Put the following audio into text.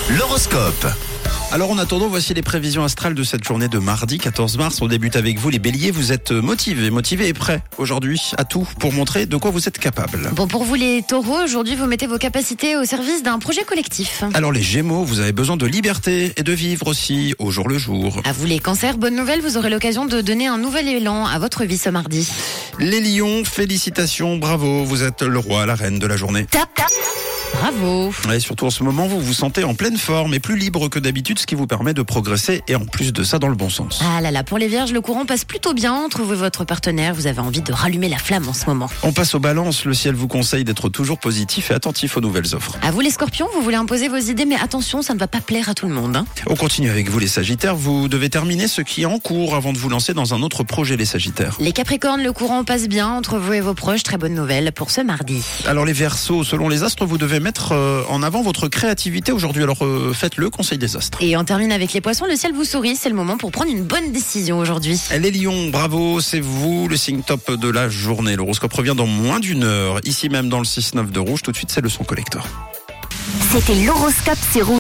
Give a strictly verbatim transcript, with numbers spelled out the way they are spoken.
L'horoscope. Alors en attendant, voici les prévisions astrales de cette journée de mardi quatorze mars. On débute avec vous les béliers, vous êtes motivés, motivés et prêts aujourd'hui à tout pour montrer de quoi vous êtes capable. Bon, pour vous les taureaux, aujourd'hui vous mettez vos capacités au service d'un projet collectif. Alors les gémeaux, vous avez besoin de liberté et de vivre aussi au jour le jour. À vous les cancers, bonne nouvelle, vous aurez l'occasion de donner un nouvel élan à votre vie ce mardi. Les lions, félicitations, bravo, vous êtes le roi, la reine de la journée. Tap, tap. Bravo. Et surtout en ce moment, vous vous sentez en pleine forme et plus libre que d'habitude, ce qui vous permet de progresser et en plus de ça dans le bon sens. Ah là là, pour les vierges, le courant passe plutôt bien entre vous et votre partenaire. Vous avez envie de rallumer la flamme en ce moment. On passe aux balances, le ciel vous conseille d'être toujours positif et attentif aux nouvelles offres. À vous les scorpions, vous voulez imposer vos idées, mais attention, ça ne va pas plaire à tout le monde. Hein. On continue avec vous les sagittaires, vous devez terminer ce qui est en cours avant de vous lancer dans un autre projet les sagittaires. Les capricornes, le courant passe bien entre vous et vos proches. Très bonne nouvelle pour ce mardi. Alors les verseaux, selon les astres, vous devez mettre euh, en avant votre créativité aujourd'hui, alors euh, faites-le, conseil des astres. Et on termine avec les poissons, le ciel vous sourit, c'est le moment pour prendre une bonne décision aujourd'hui. Les lions, bravo, c'est vous le signe top de la journée. L'horoscope revient dans moins d'une heure, ici même dans le six neuf de Rouge. Tout de suite, c'est le son collector. C'était l'horoscope sur Rouge.